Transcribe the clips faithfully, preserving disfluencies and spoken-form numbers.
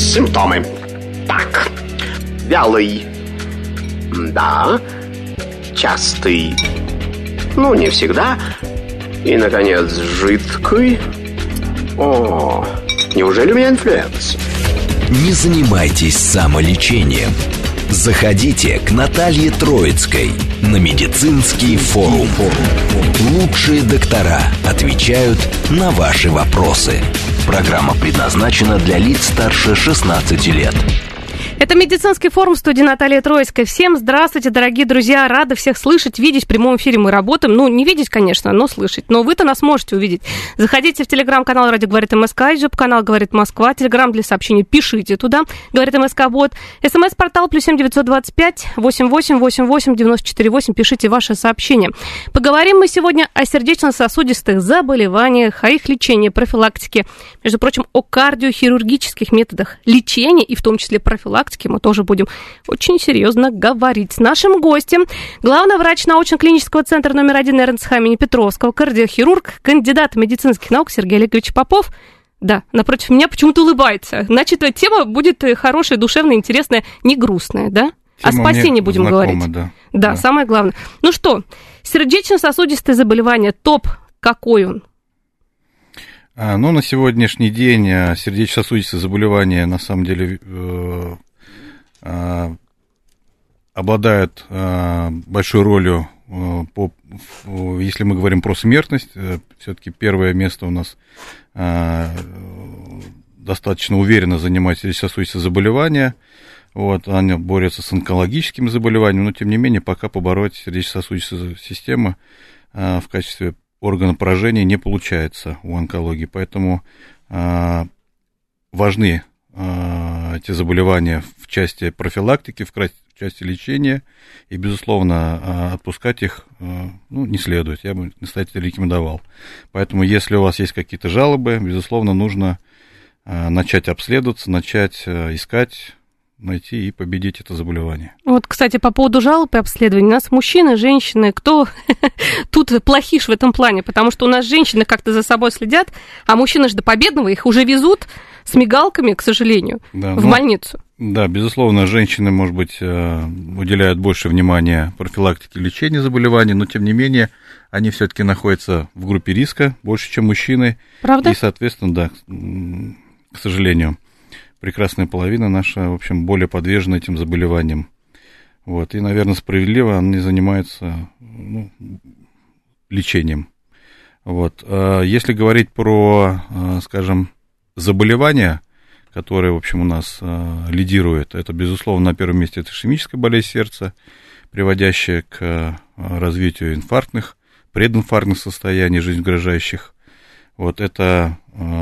Симптомы. Так, вялый. Да. Частый. Ну, не всегда. И, наконец, жидкий. О, неужели у меня инфлюенс? Не занимайтесь самолечением. Заходите к Наталье Троицкой на медицинский форум. Лучшие доктора отвечают на ваши вопросы. Программа предназначена для лиц старше шестнадцати лет. Это медицинский форум, в студии Наталья Троицкая. Всем здравствуйте, дорогие друзья. Рада всех слышать, видеть. В прямом эфире мы работаем. Ну, не видеть, конечно, но слышать. Но вы-то нас можете увидеть. Заходите в телеграм-канал «Радио говорит МСК», YouTube-канал «Говорит Москва», телеграм для сообщений пишите туда, «Говорит МСК-бот», СМС-портал плюс семь девятьсот двадцать пять восемьдесят восемь восемьдесят восемь девяносто четыре восемь. Пишите ваши сообщения. Поговорим мы сегодня о сердечно-сосудистых заболеваниях, о их лечении, профилактике, между прочим, о кардиохирургических методах лечения и в том числе профилактики. Мы тоже будем очень серьезно говорить с нашим гостем. Главный врач научно-клинического центра номер один эр эн цэ ха имени Петровского, кардиохирург, кандидат медицинских наук Сергей Олегович Попов. Да, напротив меня почему-то улыбается. Значит, тема будет хорошая, душевная, интересная, не грустная, да? Тема о спасении будем знакома, говорить. Да. Да, да, самое главное. Ну что, сердечно-сосудистые заболевания, топ какой он? А, ну, на сегодняшний день сердечно-сосудистые заболевания, на самом деле, э, э, обладают э, большой ролью, э, по, в, если мы говорим про смертность. Э, все-таки первое место у нас э, достаточно уверенно занимает сердечно-сосудистые заболевания. Вот, они борются с онкологическими заболеваниями, но, тем не менее, пока побороть сердечно-сосудистую систему э, в качестве органа поражения не получается у онкологии. Поэтому э, важны э, эти заболевания в части профилактики, в, в части лечения, и, безусловно, э, отпускать их э, ну, не следует. Я бы настоятельно рекомендовал. Поэтому, если у вас есть какие-то жалобы, безусловно, нужно э, начать обследоваться, начать э, искать, найти и победить это заболевание. Вот, кстати, по поводу жалоб и обследований. У нас мужчины, женщины, кто тут плохиш в этом плане? Потому что у нас женщины как-то за собой следят, а мужчины же до победного их уже везут с мигалками, к сожалению, да, в ну, больницу. Да, безусловно, женщины, может быть, уделяют больше внимания профилактике и лечению заболеваний, но, тем не менее, они все-таки находятся в группе риска больше, чем мужчины. Правда? И, соответственно, да, к сожалению, прекрасная половина наша, в общем, более подвержена этим заболеваниям. Вот. И, наверное, справедливо они занимаются ну, лечением. Вот. Если говорить про, скажем, заболевания, которые, в общем, у нас лидируют, это, безусловно, на первом месте это ишемическая болезнь сердца, приводящая к развитию инфарктных, прединфарктных состояний, жизнеугрожающих. Вот это,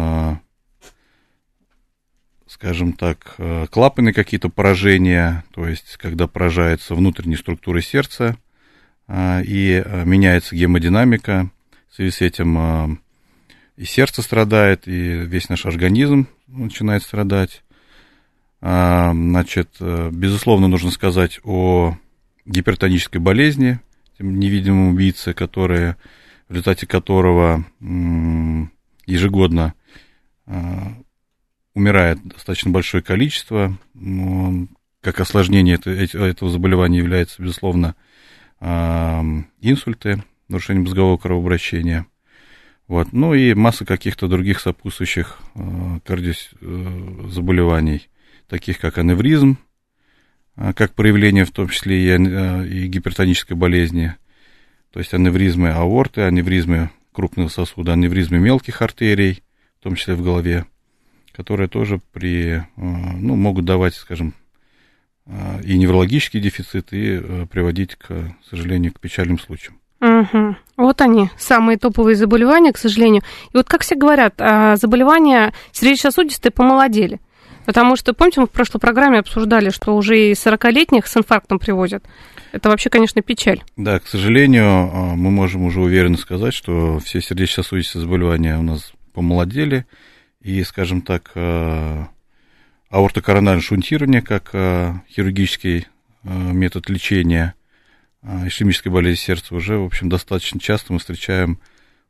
скажем так, клапанные какие-то поражения, то есть когда поражается внутренняя структура сердца и меняется гемодинамика, в связи с этим и сердце страдает, и весь наш организм начинает страдать. Значит, безусловно, нужно сказать о гипертонической болезни, невидимом убийце, которая, в результате которого ежегодно умирает достаточно большое количество. Как осложнение этого заболевания является, безусловно, инсульты, нарушение мозгового кровообращения. Вот. Ну и масса каких-то других сопутствующих кардиозаболеваний, таких как аневризм, как проявление в том числе и, и гипертонической болезни, то есть аневризмы аорты, аневризмы крупного сосуда, аневризмы мелких артерий, в том числе в голове, которые тоже при, ну, могут давать, скажем, и неврологический дефицит, и приводить, к, к сожалению, к печальным случаям. Угу. Вот они, самые топовые заболевания, к сожалению. И вот как все говорят, заболевания сердечно-сосудистые помолодели. Потому что, помните, мы в прошлой программе обсуждали, что уже и сорокалетних с инфарктом привозят. Это вообще, конечно, печаль. Да, к сожалению, мы можем уже уверенно сказать, что все сердечно-сосудистые заболевания у нас помолодели. И, скажем так, аортокоронарное шунтирование, как хирургический метод лечения ишемической болезни сердца, уже, в общем, достаточно часто мы встречаем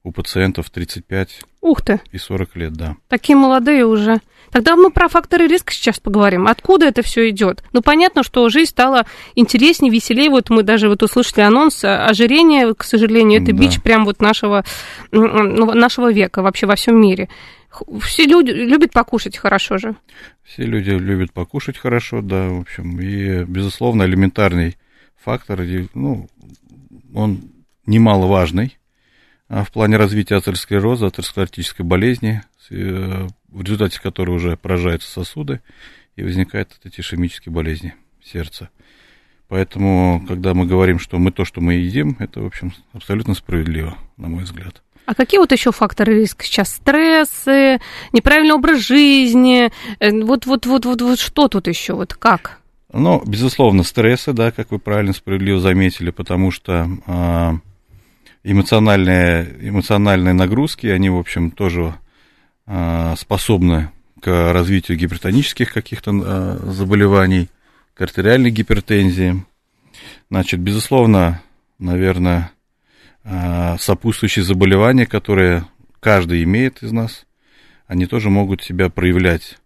у пациентов тридцать пять Ух ты. и сорок лет, да. Такие молодые уже. Тогда мы про факторы риска сейчас поговорим. Откуда это все идет? Ну, понятно, что жизнь стала интереснее, веселее. Вот мы даже вот услышали анонс. Ожирение, к сожалению, это да. бич прям вот нашего, нашего века вообще во всем мире. Все люди любят покушать хорошо же. Все люди любят покушать хорошо, да, в общем. И, безусловно, элементарный фактор, ну, он немаловажный в плане развития атеросклероза, атеросклеротической болезни, в результате которой уже поражаются сосуды и возникают эти ишемические болезни сердца. Поэтому, когда мы говорим, что мы то, что мы едим, это, в общем, абсолютно справедливо, на мой взгляд. А какие вот еще факторы риска сейчас? Стрессы, неправильный образ жизни, вот, вот, вот, вот, вот что тут еще, вот как? Ну, безусловно, стрессы, да, как вы правильно, справедливо заметили, потому что э, эмоциональные, эмоциональные нагрузки, они, в общем, тоже э, способны к развитию гипертонических каких-то э, заболеваний, к артериальной гипертензии. Значит, безусловно, наверное, э, сопутствующие заболевания, которые каждый имеет из нас, они тоже могут себя проявлять.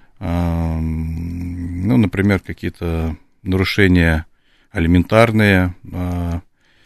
Ну, например, какие-то нарушения алиментарные, в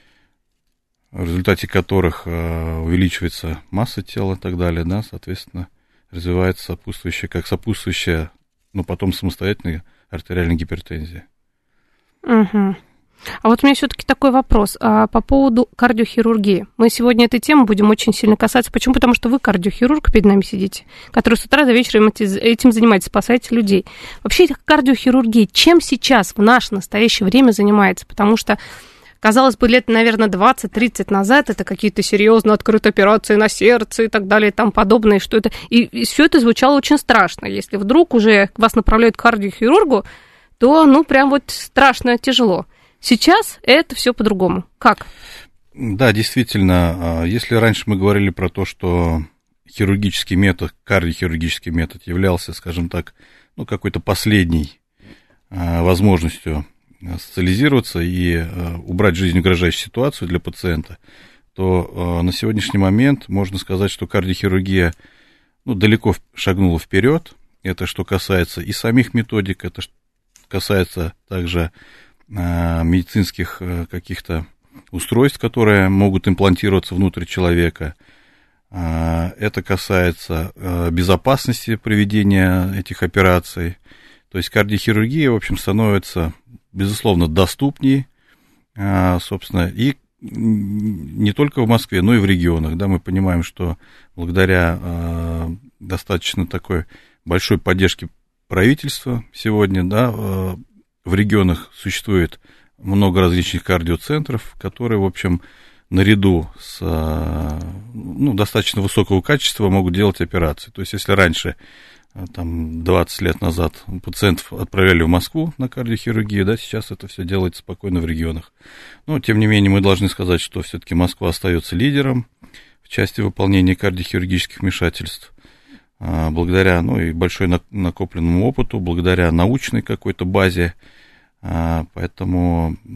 результате которых увеличивается масса тела и так далее, да, соответственно, развивается сопутствующая, как сопутствующая, ну, потом самостоятельная артериальная гипертензия. Угу. А вот у меня все-таки такой вопрос а, по поводу кардиохирургии. Мы сегодня этой темы будем очень сильно касаться. Почему? Потому что вы кардиохирург, перед нами сидите, который с утра до вечера этим занимается, спасаете людей. Вообще кардиохирургия чем сейчас в наше настоящее время занимается? Потому что, казалось бы, лет, наверное, двадцать-тридцать назад это какие-то серьезно открытые операции на сердце и так далее и тому подобное. Что это... И, и все это звучало очень страшно. Если вдруг уже вас направляют к кардиохирургу, то, ну, прям вот страшно, тяжело. Сейчас это все по-другому. Как? Да, действительно, если раньше мы говорили про то, что хирургический метод, кардиохирургический метод являлся, скажем так, ну, какой-то последней возможностью социализироваться и убрать жизнеугрожающую ситуацию для пациента, то на сегодняшний момент можно сказать, что кардиохирургия, ну, далеко шагнула вперед. Это что касается и самих методик, это касается также медицинских каких-то устройств, которые могут имплантироваться внутрь человека. Это касается безопасности проведения этих операций. То есть кардиохирургия, в общем, становится, безусловно, доступнее, собственно, и не только в Москве, но и в регионах. Да, мы понимаем, что благодаря достаточно такой большой поддержке правительства сегодня, да, в регионах существует много различных кардиоцентров, которые, в общем, наряду с, ну, достаточно высокого качества могут делать операции. То есть, если раньше, там, двадцать лет назад пациентов отправляли в Москву на кардиохирургию, да, сейчас это все делается спокойно в регионах. Но, тем не менее, мы должны сказать, что все-таки Москва остается лидером в части выполнения кардиохирургических вмешательств. Благодаря, ну, и большой накопленному опыту, благодаря научной какой-то базе, поэтому,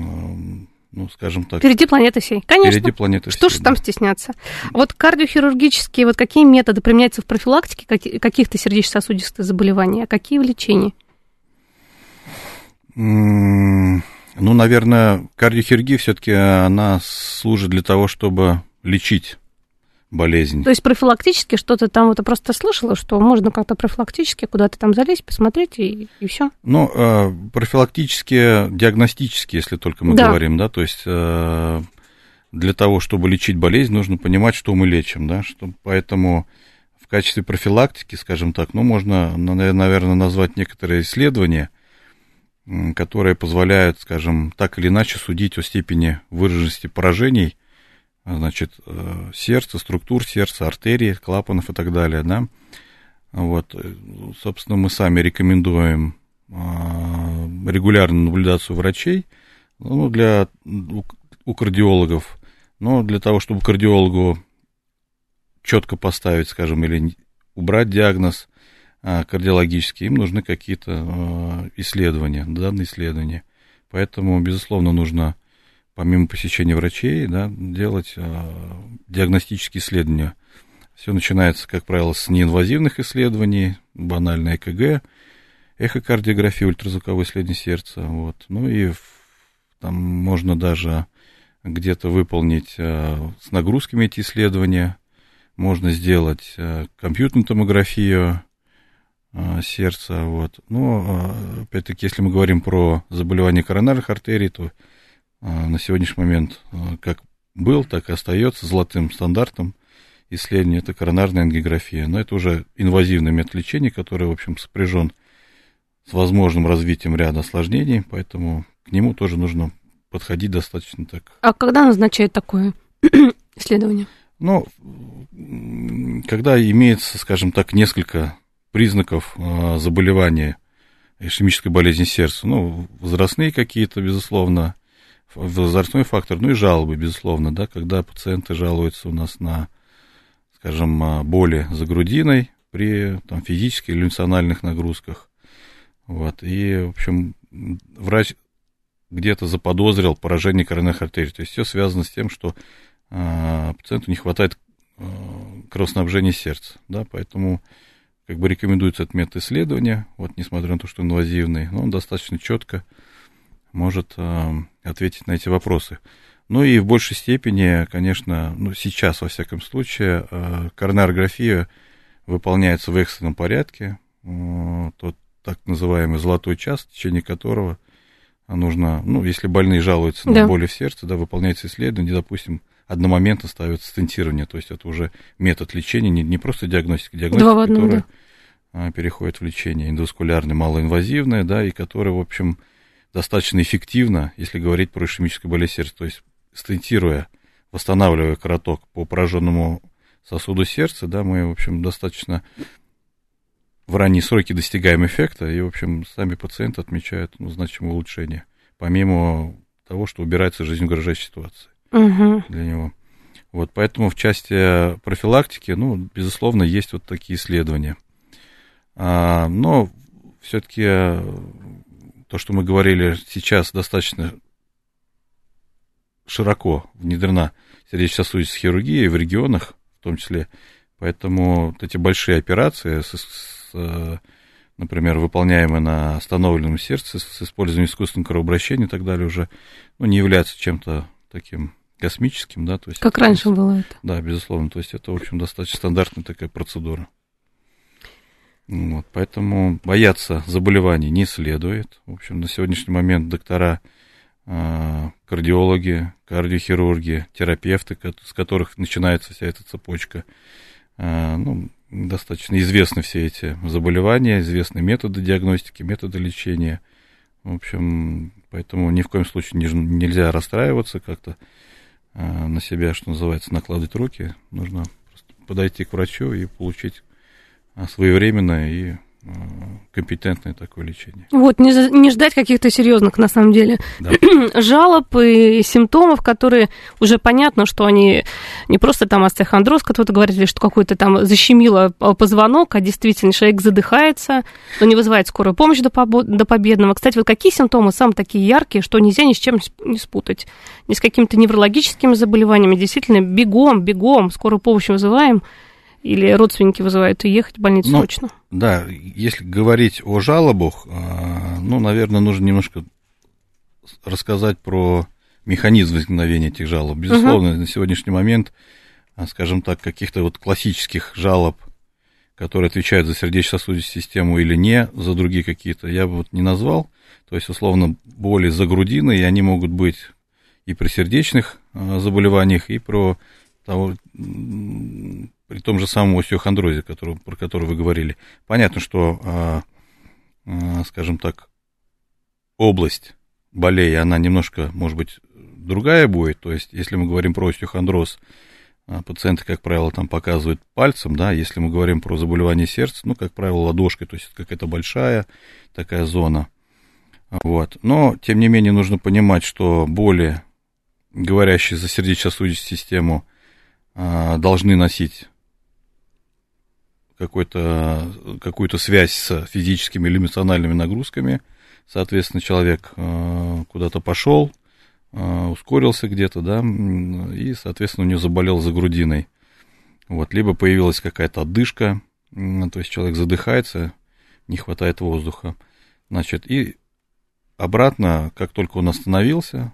ну, скажем так... Впереди планеты всей, конечно. Впереди планеты Что всей, ж там да. стесняться? Вот кардиохирургические, вот какие методы применяются в профилактике каких-то сердечно-сосудистых заболеваний, а какие в лечении? Ну, наверное, кардиохирургия все-таки она служит для того, чтобы лечить болезнь. То есть профилактически что-то там, вот я просто слышала, что можно как-то профилактически куда-то там залезть, посмотреть и, и все. Ну, э, профилактически, диагностически, если только мы да. говорим, да, то есть э, для того, чтобы лечить болезнь, нужно понимать, что мы лечим, да, что, поэтому в качестве профилактики, скажем так, ну, можно, наверное, назвать некоторые исследования, которые позволяют, скажем, так или иначе судить о степени выраженности поражений, значит, сердце, структур сердца, артерий, клапанов и так далее, да. Вот, собственно, мы сами рекомендуем регулярную наблюдацию врачей, ну, для, у кардиологов, но для того, чтобы кардиологу четко поставить, скажем, или убрать диагноз кардиологический, им нужны какие-то исследования, данные исследования. Поэтому, безусловно, нужно помимо посещения врачей, да, делать диагностические исследования. Все начинается, как правило, с неинвазивных исследований, банальное ЭКГ, эхокардиография, ультразвуковое исследование сердца. Вот. Ну и там можно даже где-то выполнить с нагрузками эти исследования. Можно сделать компьютерную томографию сердца. Вот. Но, опять-таки, если мы говорим про заболевания коронарных артерий, то на сегодняшний момент как был, так и остается золотым стандартом исследования — это коронарная ангиография. Но это уже инвазивный метод лечения, который, в общем, сопряжен с возможным развитием ряда осложнений, поэтому к нему тоже нужно подходить достаточно так. А когда назначают такое исследование? Ну, когда имеется, скажем так, несколько признаков э, заболевания ишемической болезни сердца, ну, возрастные какие-то, безусловно, возрастной фактор, ну и жалобы, безусловно, да, когда пациенты жалуются у нас на, скажем, боли за грудиной при там, физических или эмоциональных нагрузках. Вот, и, в общем, врач где-то заподозрил поражение коронарных артерий. То есть все связано с тем, что э, пациенту не хватает э, кровоснабжения сердца. Да, поэтому как бы рекомендуется этот метод исследования, вот, несмотря на то, что инвазивный, но он достаточно четко может э, ответить на эти вопросы. Ну и в большей степени, конечно, ну, сейчас, во всяком случае, э, коронарография выполняется в экстренном порядке. Э, тот так называемый золотой час, в течение которого нужно, ну, если больные жалуются да. на боли в сердце, да, выполняется исследование, допустим, одномоментно ставится стентирование, то есть это уже метод лечения, не, не просто диагностика, диагностика, одном, которая да. переходит в лечение эндоваскулярное, малоинвазивное, да, и которая, в общем, достаточно эффективна, если говорить про ишемическую болезнь сердца, то есть стентируя, восстанавливая кровоток по пораженному сосуду сердца, да, мы, в общем, достаточно в ранние сроки достигаем эффекта, и, в общем, сами пациенты отмечают, ну, значимое улучшение, помимо того, что убирается жизнеугрожающая ситуация угу. для него. Вот, поэтому в части профилактики, ну, безусловно, есть вот такие исследования. А, но все-таки то, что мы говорили сейчас, достаточно широко внедрена сердечно-сосудистая хирургия в регионах, в том числе, поэтому вот эти большие операции, с, с, например, выполняемые на остановленном сердце с использованием искусственного кровообращения и так далее, уже, ну, не являются чем-то таким космическим, да, то есть как раньше было это. Да, безусловно, то есть это, в общем, достаточно стандартная такая процедура. Вот, поэтому бояться заболеваний не следует. В общем, на сегодняшний момент доктора, кардиологи, кардиохирурги, терапевты, с которых начинается вся эта цепочка, ну, достаточно известны все эти заболевания, известны методы диагностики, методы лечения. В общем, поэтому ни в коем случае нельзя расстраиваться как-то на себя, что называется, накладывать руки. Нужно просто подойти к врачу и получить своевременное и компетентное такое лечение. Вот, не, не ждать каких-то серьезных, на самом деле, да. жалоб и симптомов, которые уже понятно, что они не просто там остеохондроз, кто-то говорит, что какой-то там защемило позвонок, а действительно человек задыхается, но не вызывает скорую помощь до, побо- до победного. Кстати, вот какие симптомы самые такие яркие, что нельзя ни с чем не спутать? Ни с какими-то неврологическими заболеваниями, действительно, бегом, бегом, скорую помощь вызываем, или родственники вызывают и ехать в больницу ну, срочно? Да, если говорить о жалобах, ну, наверное, нужно немножко рассказать про механизм возникновения этих жалоб. Безусловно, uh-huh. на сегодняшний момент, скажем так, каких-то вот классических жалоб, которые отвечают за сердечно-сосудистую систему или не, за другие какие-то, я бы вот не назвал. То есть, условно, боли за грудиной, и они могут быть и при сердечных заболеваниях, и про того, при том же самом остеохондрозе, который, про который вы говорили. Понятно, что, скажем так, область болей, она немножко, может быть, другая будет. То есть, если мы говорим про остеохондроз, пациенты, как правило, там показывают пальцем, да, если мы говорим про заболевание сердца, ну, как правило, ладошкой, то есть, какая-то большая такая зона. Вот. Но, тем не менее, нужно понимать, что боли, говорящие за сердечно-сосудистую систему, должны носить какой-то, какую-то связь с физическими или эмоциональными нагрузками. Соответственно, человек куда-то пошел, ускорился где-то, да, и, соответственно, у него заболел за грудиной. Вот, либо появилась какая-то одышка, то есть человек задыхается, не хватает воздуха. Значит, и обратно, как только он остановился,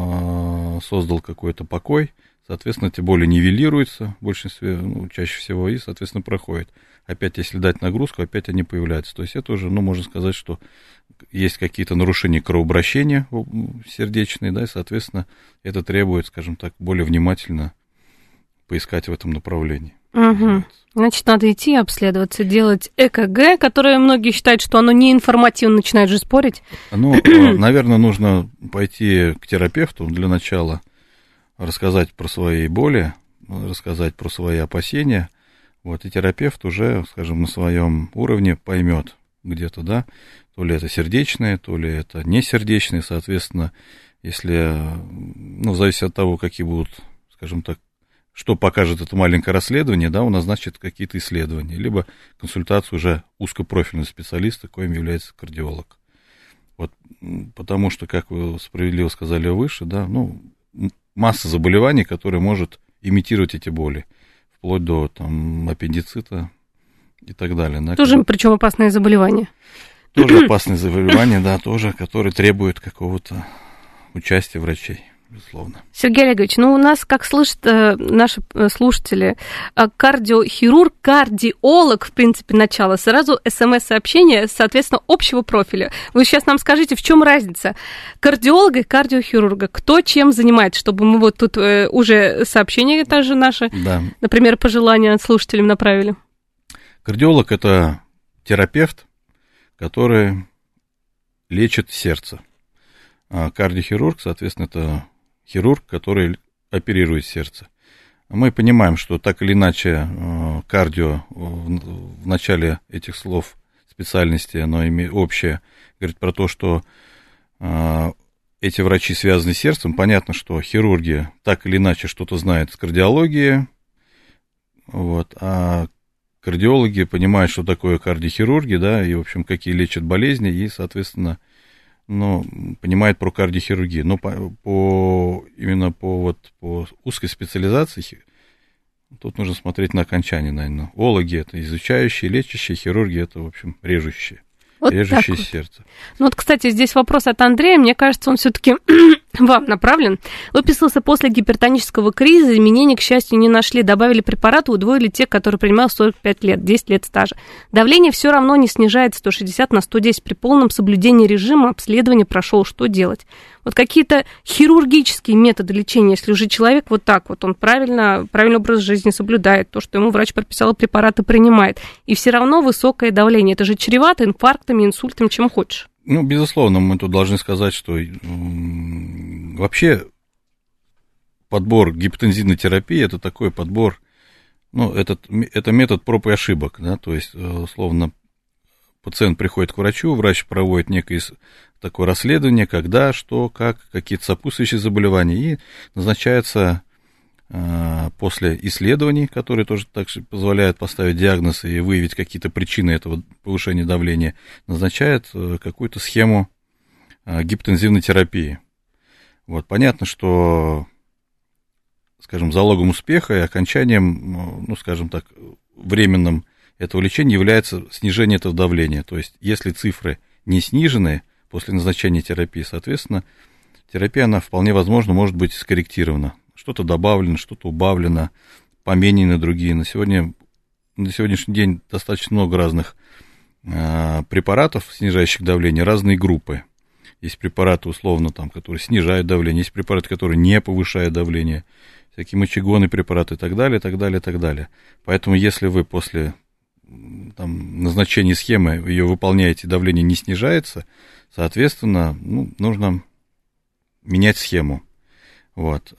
создал какой-то покой, соответственно, эти боли нивелируются в большинстве, ну, чаще всего, и, соответственно, проходят. Опять, если дать нагрузку, опять они появляются. То есть это уже, ну, можно сказать, что есть какие-то нарушения кровообращения сердечные, да, и, соответственно, это требует, скажем так, более внимательно поискать в этом направлении. Угу. Значит, надо идти обследоваться, делать ЭКГ, которое многие считают, что оно не информативно, начинают же спорить. Ну, наверное, нужно пойти к терапевту для начала, рассказать про свои боли, рассказать про свои опасения. Вот, и терапевт уже, скажем, на своем уровне поймет где-то, да, то ли это сердечное, то ли это несердечное, соответственно, если, ну, в зависимости от того, какие будут, скажем так, что покажет это маленькое расследование, да, он назначит какие-то исследования, либо консультацию уже узкопрофильного специалиста, коим является кардиолог. Вот, потому что, как вы справедливо сказали выше, да, ну, масса заболеваний, которые может имитировать эти боли, вплоть до там аппендицита и так далее. Да, тоже, когда... причем опасные заболевания. Тоже опасные заболевания, да, тоже, которые требуют какого-то участия врачей, безусловно. Сергей Олегович, ну у нас, как слышат э, наши слушатели, э, кардиохирург, кардиолог, в принципе, начало, сразу смс-сообщение, соответственно, общего профиля. Вы сейчас нам скажите, в чем разница кардиолога и кардиохирурга? Кто чем занимается, чтобы мы вот тут э, уже сообщения тоже наши, да, например, пожелания слушателям направили? Кардиолог – это терапевт, который лечит сердце. А кардиохирург, соответственно, это хирург, который оперирует сердце. Мы понимаем, что так или иначе кардио в начале этих слов специальности, оно общее, говорит про то, что эти врачи связаны с сердцем. Понятно, что хирурги так или иначе что-то знают с кардиологией, вот, а кардиологи понимают, что такое кардиохирурги, да, и, в общем, какие лечат болезни, и, соответственно, ну, понимают про кардиохирургию. Но по, по, именно по, вот, по узкой специализации тут нужно смотреть на окончание, наверное. Ологи – это изучающие, лечащие, хирурги – это, в общем, режущие. Вот режущее вот. Сердце. Ну вот, кстати, здесь вопрос от Андрея. Мне кажется, он все-таки вам направлен. Выписался после гипертонического кризиса. Изменений, к счастью, не нашли. Добавили препараты, удвоили те, которые принимал сорок пять лет, десять лет стажа. Давление все равно не снижается сто шестьдесят на сто десять. При полном соблюдении режима обследование прошел. Что делать? Вот какие-то хирургические методы лечения, если уже человек вот так вот, он правильно, правильный образ жизни соблюдает, то, что ему врач прописал, препараты принимает, и все равно высокое давление. Это же чревато инфарктами, инсультами, чем хочешь. Ну, безусловно, мы тут должны сказать, что вообще подбор гипотензивной терапии – это такой подбор, ну, этот, это метод проб и ошибок, да, то есть, условно, пациент приходит к врачу, врач проводит некое такое расследование, когда, что, как, какие-то сопутствующие заболевания, и назначается э, после исследований, которые тоже также позволяют поставить диагноз и выявить какие-то причины этого повышения давления, назначает э, какую-то схему э, гипотензивной терапии. Вот, понятно, что, скажем, залогом успеха и окончанием, ну, скажем так, временным этого лечения является снижение этого давления. То есть, если цифры не снижены после назначения терапии, соответственно, терапия, она вполне возможно может быть скорректирована. Что-то добавлено, что-то убавлено, поменены другие. На, сегодня, на сегодняшний день достаточно много разных э, препаратов, снижающих давление, разные группы. Есть препараты, условно, там, которые снижают давление, есть препараты, которые не повышают давление, всякие мочегонные препараты и так далее, и так далее, и так далее. Поэтому, если вы после там, назначения схемы ее выполняете, давление не снижается, соответственно, ну, нужно менять схему. Вот.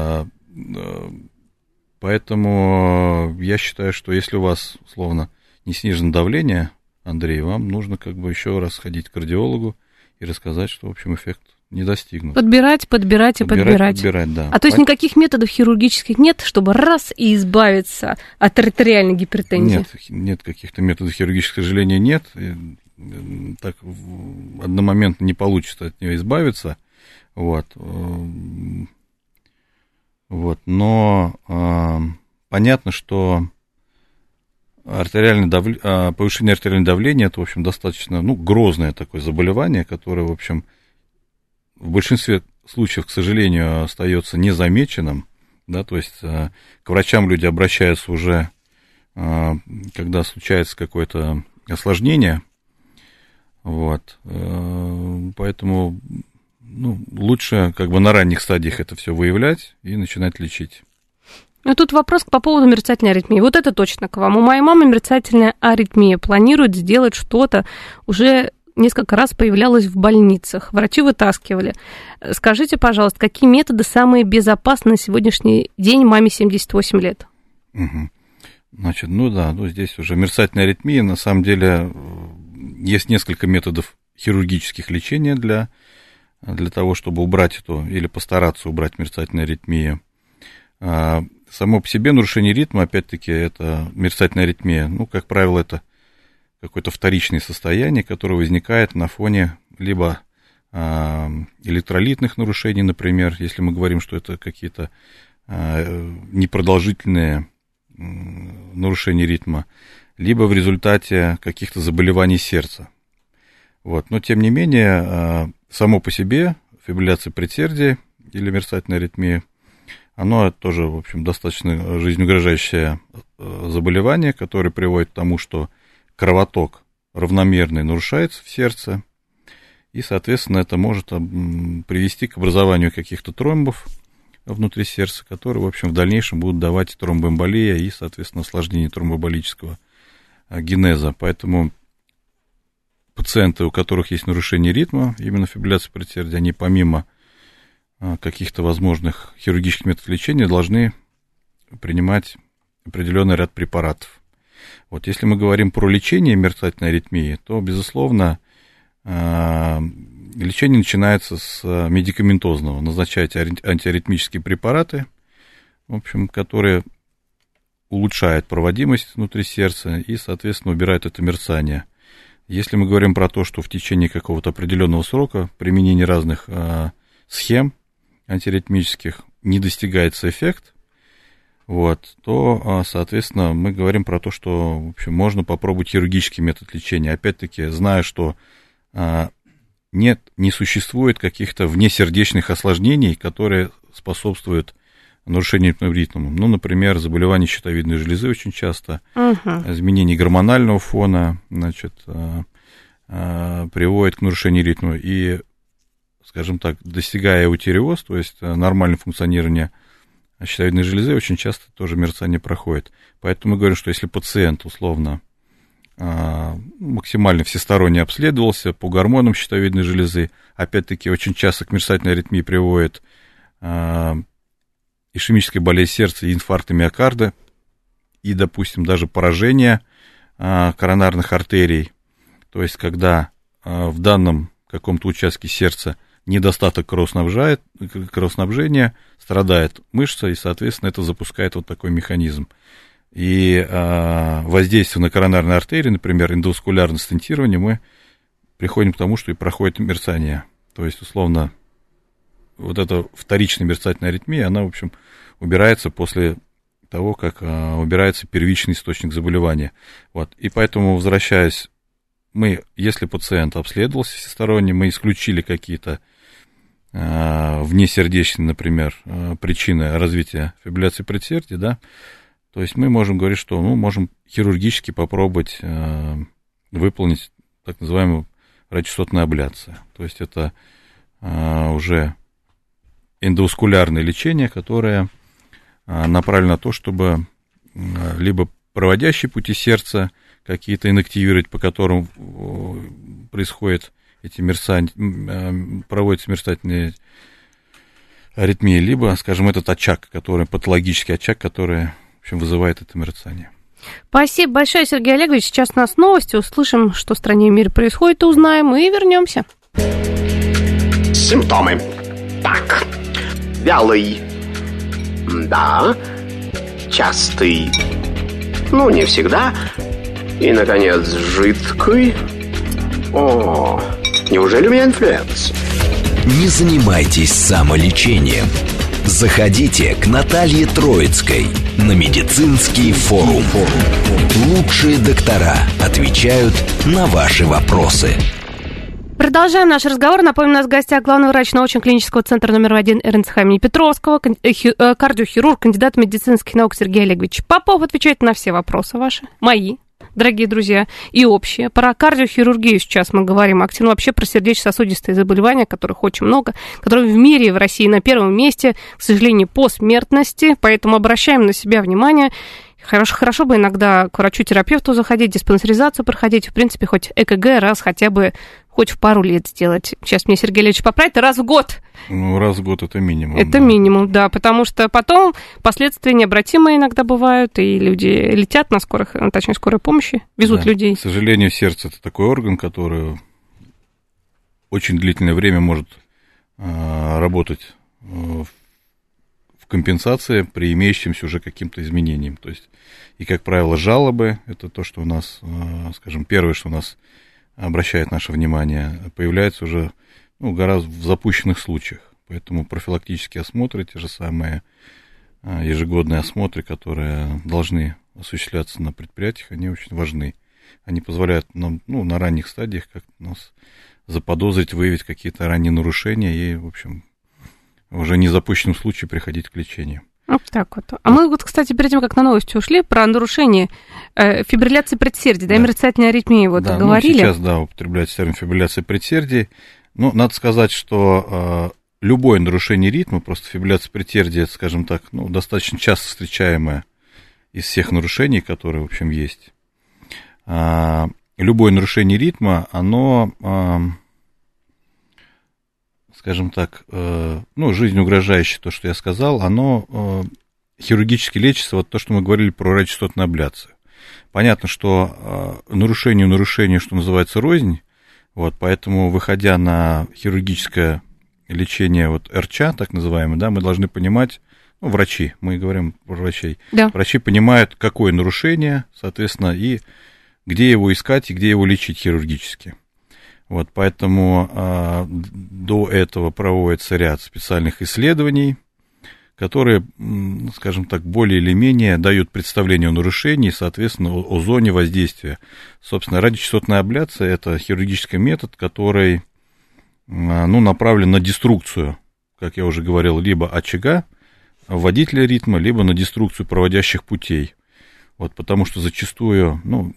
Поэтому я считаю, что если у вас, условно, не снижено давление, Андрей, вам нужно как бы еще раз сходить к кардиологу и рассказать, что, в общем, эффект не достигнут. Подбирать, подбирать и подбирать. Подбирать, подбирать, да. А то есть никаких методов хирургических нет, чтобы раз и избавиться от артериальной гипертензии? Нет, нет каких-то методов хирургических, к сожалению, нет. Так одномоментно не получится от нее избавиться. Вот. Вот. Но э, понятно, что артериальное давле... повышение артериального давления, это, в общем, достаточно, ну, грозное такое заболевание, которое, в общем, в большинстве случаев, к сожалению, остается незамеченным, да, то есть э, к врачам люди обращаются уже, э, когда случается какое-то осложнение, вот, э, поэтому, ну, лучше как бы на ранних стадиях это все выявлять и начинать лечить. Ну, тут вопрос по поводу мерцательной аритмии. Вот это точно к вам. У моей мамы мерцательная аритмия. Планирует сделать что-то. Уже несколько раз появлялась в больницах. Врачи вытаскивали. Скажите, пожалуйста, какие методы самые безопасные на сегодняшний день маме семьдесят восемь лет? Угу. Значит, ну да, ну здесь уже мерцательная аритмия. На самом деле есть несколько методов хирургических лечения для, для того, чтобы убрать эту или постараться убрать мерцательную аритмию. Само по себе нарушение ритма, опять-таки, это мерцательная аритмия. Ну, как правило, это какое-то вторичное состояние, которое возникает на фоне либо а, электролитных нарушений, например, если мы говорим, что это какие-то а, непродолжительные а, нарушения ритма, либо в результате каких-то заболеваний сердца. Вот. Но, тем не менее, а, само по себе фибрилляция предсердия или мерцательная аритмия, оно тоже, в общем, достаточно жизнеугрожающее заболевание, которое приводит к тому, что кровоток равномерный нарушается в сердце, и, соответственно, это может привести к образованию каких-то тромбов внутри сердца, которые, в общем, в дальнейшем будут давать тромбоэмболия и, соответственно, осложнение тромбоэмболического генеза. Поэтому пациенты, у которых есть нарушение ритма, именно фибрилляция предсердия, они помимо каких-то возможных хирургических методов лечения должны принимать определенный ряд препаратов. Вот если мы говорим про лечение мерцательной аритмии, то, безусловно, лечение начинается с медикаментозного. Назначаете антиаритмические препараты, в общем, которые улучшают проводимость внутри сердца и, соответственно, убирают это мерцание. Если мы говорим про то, что в течение какого-то определенного срока применение разных схем антиаритмических не достигается эффект, вот, то, соответственно, мы говорим про то, что, в общем, можно попробовать хирургический метод лечения. Опять-таки, зная, что нет, не существует каких-то внесердечных осложнений, которые способствуют нарушению ритма. Ну, например, заболевания щитовидной железы очень часто, uh-huh. изменение гормонального фона, значит, приводит к нарушению ритма. И, скажем так, достигая эутериоз, то есть нормальное функционирование щитовидной железы, очень часто тоже мерцание проходит. Поэтому мы говорим, что если пациент, условно, максимально всесторонне обследовался по гормонам щитовидной железы, опять-таки, очень часто к мерцательной аритмии приводит ишемическая болезнь сердца и инфаркт миокарда, и, допустим, даже поражение коронарных артерий, то есть когда в данном каком-то участке сердца недостаток кровоснабжения, страдает мышца, и, соответственно, это запускает вот такой механизм. И а, воздействие на коронарные артерии, например, эндоваскулярное стентирование, мы приходим к тому, что и проходит мерцание. То есть, условно, вот эта вторичная мерцательная аритмия, она, в общем, убирается после того, как а, убирается первичный источник заболевания. Вот. И поэтому, возвращаясь, мы, если пациент обследовался всесторонне, мы исключили какие-то а, внесердечные, например, а, причины развития фибрилляции предсердия, да, то есть мы можем говорить, что мы можем хирургически попробовать э, выполнить так называемую радиочастотную абляцию. То есть это э, уже эндоваскулярное лечение, которое э, направлено на то, чтобы э, либо проводящие пути сердца какие-то инактивировать, по которым э, происходит эти мерцания, э, проводятся мерцательные аритмии, либо, скажем, этот очаг, который патологический очаг, который в общем, вызывает это мерцание. Спасибо большое, Сергей Олегович. Сейчас у нас новости. Услышим, что в стране и мире происходит, узнаем и вернемся. Симптомы. Так. Вялый. Да. Частый. Ну, не всегда. И, наконец, жидкий. О, неужели у меня инфлюенс? Не занимайтесь самолечением. Заходите к Наталье Троицкой на медицинский форум. Лучшие доктора отвечают на ваши вопросы. Продолжаем наш разговор. Напомню, у нас в гостях главный врач научно-клинического центра номер один РНЦХ имени Петровского, кардиохирург, кандидат медицинских наук Сергей Олегович Попов. Отвечает на все вопросы ваши, мои, дорогие друзья, и общие. Про кардиохирургию сейчас мы говорим активно, вообще про сердечно-сосудистые заболевания, которых очень много, которые в мире и в России на первом месте, к сожалению, по смертности, поэтому обращаем на себя внимание. Хорошо, хорошо бы иногда к врачу-терапевту заходить, диспансеризацию проходить, в принципе, хоть ЭКГ раз хотя бы, хоть в пару лет сделать. Сейчас мне Сергей Ильич поправит, раз в год. Ну, раз в год это минимум. Это да. минимум, да, потому что потом последствия необратимые иногда бывают, и люди летят на скорых, точнее, скорой помощи, везут да. людей. К сожалению, сердце – это такой орган, который очень длительное время может э, работать э, в компенсации при имеющемся уже каким-то изменениям. То есть, и, как правило, жалобы, это то, что у нас, скажем, первое, что у нас обращает наше внимание, появляется уже ну, гораздо в запущенных случаях. Поэтому профилактические осмотры, те же самые ежегодные осмотры, которые должны осуществляться на предприятиях, они очень важны. Они позволяют нам ну, на ранних стадиях как нас заподозрить, выявить какие-то ранние нарушения и, в общем, уже не запущенном случае приходить к лечению. Вот так вот. А мы вот, кстати, перед тем, как на новости ушли, про нарушение э, фибрилляции предсердий, да, да. и мерцательной аритмии вот да, говорили. Ну, сейчас, да, употребляется термин фибрилляция предсердий. Ну, надо сказать, что э, любое нарушение ритма, просто фибрилляция предсердий, скажем так, ну, достаточно часто встречаемое из всех нарушений, которые, в общем, есть. Э, любое нарушение ритма, оно... Э, скажем так, э, ну, жизнь угрожающая, то, что я сказал, оно э, хирургически лечится, вот то, что мы говорили про радиочастотную абляцию. Понятно, что э, нарушению нарушению, что называется, рознь, вот, поэтому, выходя на хирургическое лечение, вот, эр-ЧА, так называемое, да, мы должны понимать, ну, врачи, мы говорим про врачей, да. Врачи понимают, какое нарушение, соответственно, и где его искать, и где его лечить хирургически. Вот, поэтому э, до этого проводится ряд специальных исследований, которые, скажем так, более или менее дают представление о нарушении, соответственно, о, о зоне воздействия. Собственно, радиочастотная абляция – это хирургический метод, который э, ну, направлен на деструкцию, как я уже говорил, либо очага, вводителя ритма, либо на деструкцию проводящих путей. Вот, потому что зачастую, ну,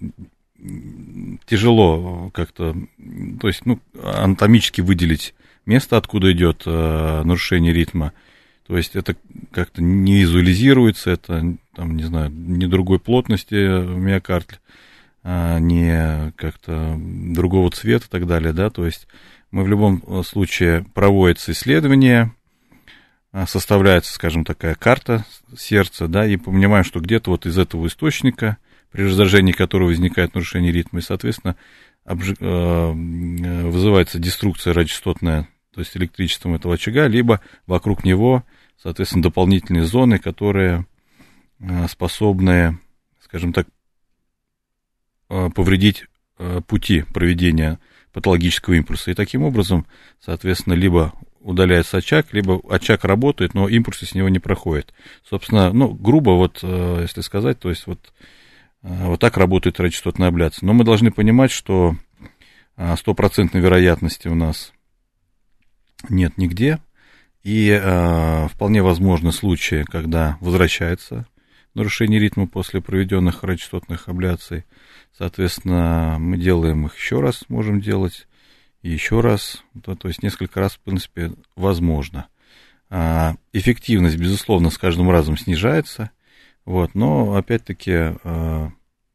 тяжело как-то, то есть, ну, анатомически выделить место, откуда идет э, нарушение ритма. То есть это как-то не визуализируется, это, там, не знаю, не другой плотности миокард, а не как-то другого цвета и так далее, да, то есть мы в любом случае проводится исследование, составляется, скажем, такая карта сердца, да, и понимаем, что где-то вот из этого источника, при раздражении которого возникает нарушение ритма, и, соответственно, обж... вызывается деструкция радиочастотная, то есть электричеством этого очага, либо вокруг него, соответственно, дополнительные зоны, которые способны, скажем так, повредить пути проведения патологического импульса. И таким образом, соответственно, либо удаляется очаг, либо очаг работает, но импульсы с него не проходят. Собственно, ну, грубо вот, если сказать, то есть вот, вот так работает радиочастотная абляция. Но мы должны понимать, что стопроцентной вероятности у нас нет нигде, и э, вполне возможны случаи, когда возвращается нарушение ритма после проведенных радиочастотных абляций. Соответственно, мы делаем их еще раз, можем делать, и еще раз, то, то есть несколько раз, в принципе, возможно. А, эффективность, безусловно, с каждым разом снижается, вот, но, опять-таки, а,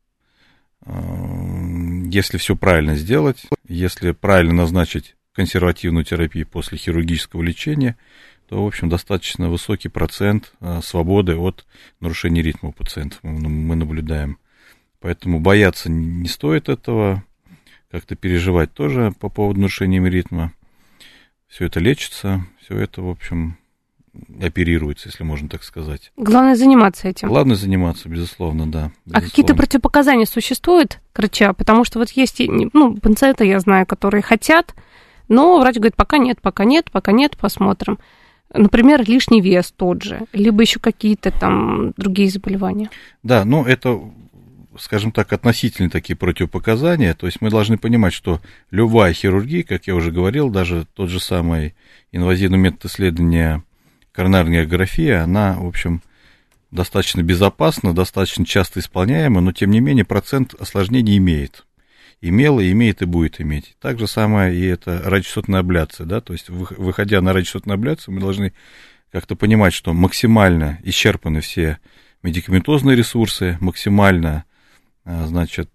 а, если все правильно сделать, если правильно назначить консервативную терапию после хирургического лечения, то, в общем, достаточно высокий процент свободы от нарушения ритма у пациентов мы наблюдаем. Поэтому бояться не стоит этого, как-то переживать тоже по поводу нарушения ритма. Все это лечится, все это, в общем, оперируется, если можно так сказать. Главное заниматься этим. Главное заниматься, безусловно, да. Безусловно. А какие-то противопоказания существуют к РЧА? Потому что вот есть, ну, пациенты, я знаю, которые хотят, Но врач говорит, пока нет, пока нет, пока нет, посмотрим. Например, лишний вес тот же, либо еще какие-то там другие заболевания. Да, ну это, скажем так, относительно такие противопоказания. То есть мы должны понимать, что любая хирургия, как я уже говорил, даже тот же самый инвазивный метод исследования коронарной ангиографии, она, в общем, достаточно безопасна, достаточно часто исполняема, но, тем не менее, процент осложнений имеет. Имела, имеет и будет иметь. Так же самое и это радиочастотная абляция, да, то есть, выходя на радиочастотную абляцию, мы должны как-то понимать, что максимально исчерпаны все медикаментозные ресурсы, максимально, значит,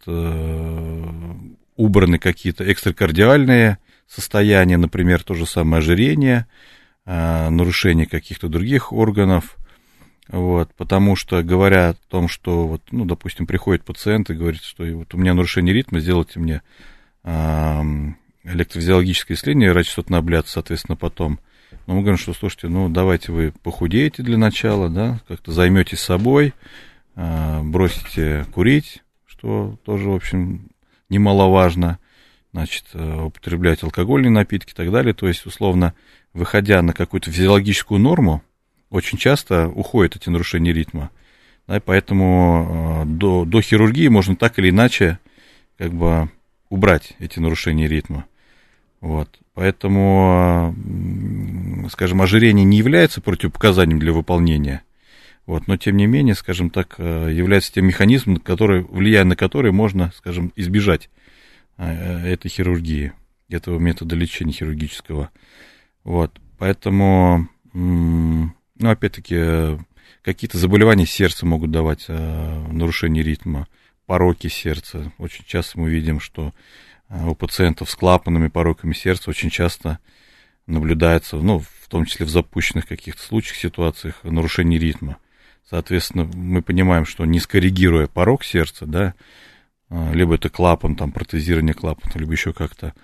убраны какие-то экстракардиальные состояния, например, то же самое ожирение, нарушение каких-то других органов. Вот, потому что, говоря о том, что, вот, ну, допустим, приходит пациент и говорит, что вот у меня нарушение ритма, сделайте мне э, электрофизиологическое исследование, радиочастотную абляцию, соответственно, потом. Но мы говорим, что, слушайте, ну, давайте вы похудеете для начала, да, как-то займетесь собой, э, бросите курить, что тоже, в общем, немаловажно, значит, употреблять алкогольные напитки и так далее. То есть, условно, выходя на какую-то физиологическую норму, очень часто уходят эти нарушения ритма, да, поэтому э, до, до хирургии можно так или иначе как бы убрать эти нарушения ритма. Вот. Поэтому, э, скажем, ожирение не является противопоказанием для выполнения, вот, но тем не менее, скажем так, э, является тем механизмом, который, влияя на который можно, скажем, избежать э, этой хирургии, этого метода лечения хирургического. Вот. Поэтому... М- Ну, опять-таки, какие-то заболевания сердца могут давать э, нарушение ритма, пороки сердца. Очень часто мы видим, что э, у пациентов с клапанными пороками сердца очень часто наблюдается, ну, в том числе в запущенных каких-то случаях, ситуациях, нарушение ритма. Соответственно, мы понимаем, что не скоррегируя порок сердца, да, э, либо это клапан, там, протезирование клапана, либо еще как-то,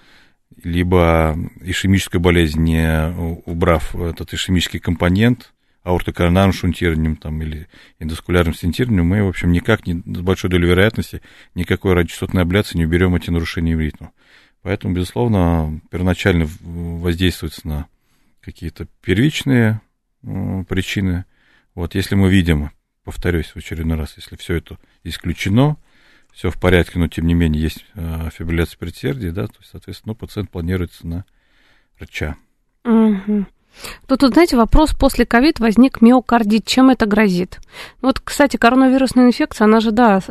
либо ишемическая болезнь, не убрав этот ишемический компонент, аортокоронарным шунтированием там, или эндоскулярным стентированием, мы, в общем, никак, не, с большой долей вероятности, никакой радиочастотной абляции не уберем эти нарушения ритма. Поэтому, безусловно, первоначально воздействуется на какие-то первичные э, причины. Вот, если мы видим, повторюсь в очередной раз, если все это исключено, все в порядке, но, тем не менее, есть э, фибрилляция предсердия, да, то есть, соответственно, пациент планируется на врача. Угу. Тут, вот, знаете, вопрос, после ковид возник миокардит, чем это грозит? Вот, кстати, коронавирусная инфекция, она же, да,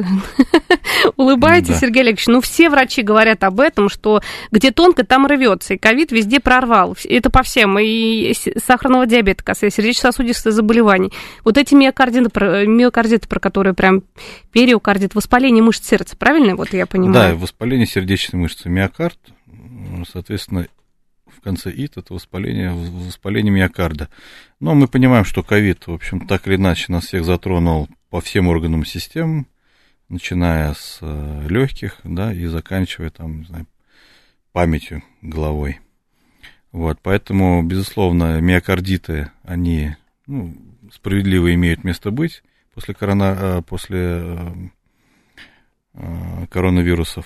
улыбайтесь, да. Сергей Олегович, ну, все врачи говорят об этом, что где тонко, там рвется, и ковид везде прорвал, это по всем, и сахарного диабета касается, сердечно-сосудистых заболеваний. Вот эти миокардиты, миокардиты, про которые прям периокардит, воспаление мышц сердца, правильно, вот я понимаю? Да, воспаление сердечной мышцы, миокард, соответственно, в конце ит, это воспаление, воспаление миокарда. Но мы понимаем, что ковид, в общем, так или иначе нас всех затронул по всем органам системы, начиная с легких, да, и заканчивая там, не знаю, памятью, головой. Вот, поэтому, безусловно, миокардиты, они, ну, справедливо имеют место быть после, корона, после коронавирусов.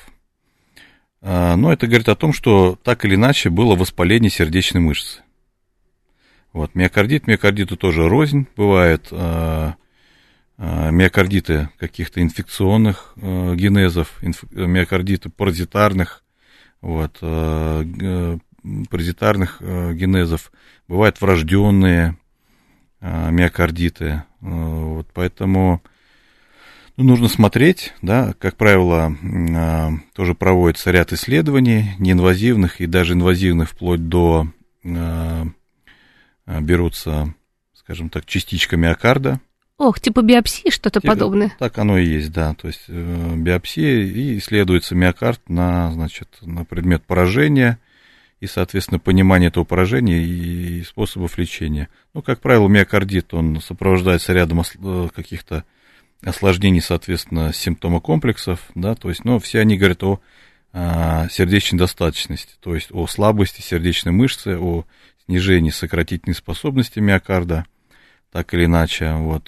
Но это говорит о том, что так или иначе было воспаление сердечной мышцы. Вот, миокардит, миокардиту тоже рознь. Бывают э, э, миокардиты каких-то инфекционных э, генезов, инф, миокардиты паразитарных, вот, э, э, паразитарных э, генезов. Бывают врожденные э, миокардиты. Э, вот, поэтому... Ну, нужно смотреть, да, как правило, тоже проводится ряд исследований, неинвазивных и даже инвазивных, вплоть до, берутся, скажем так, частичка миокарда. Ох, типа биопсии, что-то типа, подобное. Так оно и есть, да, то есть биопсия, и исследуется миокард на, значит, на предмет поражения и, соответственно, понимание этого поражения и способов лечения. Ну, как правило, миокардит, он сопровождается рядом каких-то осложнений, соответственно, симптомокомплексов, да, то есть, но все они говорят о, о сердечной достаточности, то есть о слабости сердечной мышцы, о снижении сократительной способности миокарда, так или иначе, вот,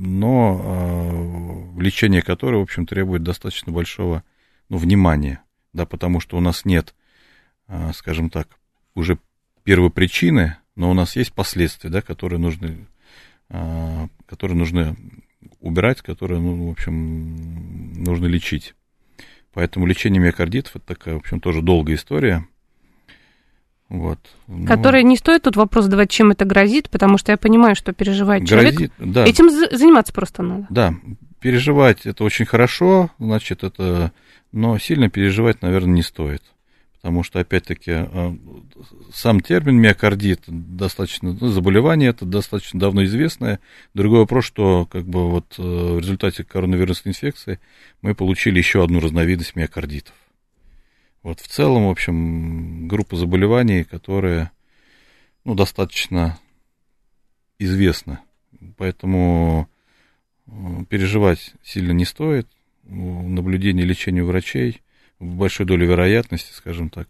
но э, лечение которое, в общем, требует достаточно большого, ну, внимания, да, потому что у нас нет скажем так, уже первопричины, но у нас есть последствия, да, которые нужны, которые нужны убирать, которые, ну, в общем, нужно лечить. Поэтому лечение миокардитов — это такая, в общем, тоже долгая история. Вот. Которая, ну, не стоит тут вопрос задавать, чем это грозит, потому что я понимаю, что переживает грозит, человек. Да. Этим заниматься просто надо. Да, переживать это очень хорошо, значит, это, но сильно переживать, наверное, не стоит. Потому что, опять-таки, сам термин миокардит достаточно, ну, заболевание это достаточно давно известное. Другой вопрос, что как бы вот в результате коронавирусной инфекции мы получили еще одну разновидность миокардитов. Вот в целом, в общем, группа заболеваний, которые, ну, достаточно известны. Поэтому переживать сильно не стоит. Наблюдение и лечение у врачей в большой доле вероятности, скажем так,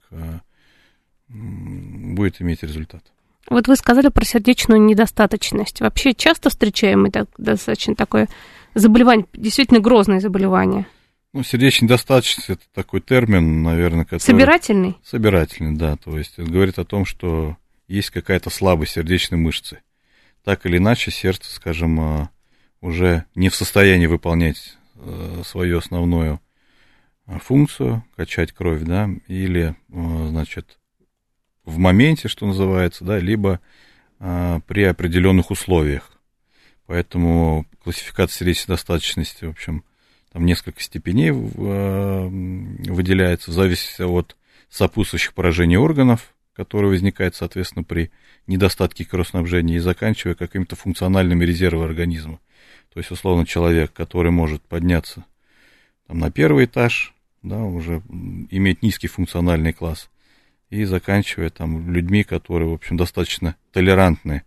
будет иметь результат. Вот вы сказали про сердечную недостаточность. Вообще часто встречаем мы так, достаточно такое заболевание, действительно грозное заболевание? Ну, сердечная недостаточность — это такой термин, наверное, который... Собирательный? Собирательный, да. То есть это говорит о том, что есть какая-то слабость сердечной мышцы. Так или иначе, сердце, скажем, уже не в состоянии выполнять свою основную функцию, качать кровь, да, или, значит, в моменте, что называется, да, либо а, при определенных условиях. Поэтому классификация сердечной недостаточности, в общем, там несколько степеней а, выделяется в зависимости от сопутствующих поражений органов, которые возникают, соответственно, при недостатке кровоснабжения, и заканчивая какими-то функциональными резервами организма. То есть, условно, человек, который может подняться там, на первый этаж, да, уже иметь низкий функциональный класс, и заканчивая там людьми, которые, в общем, достаточно толерантны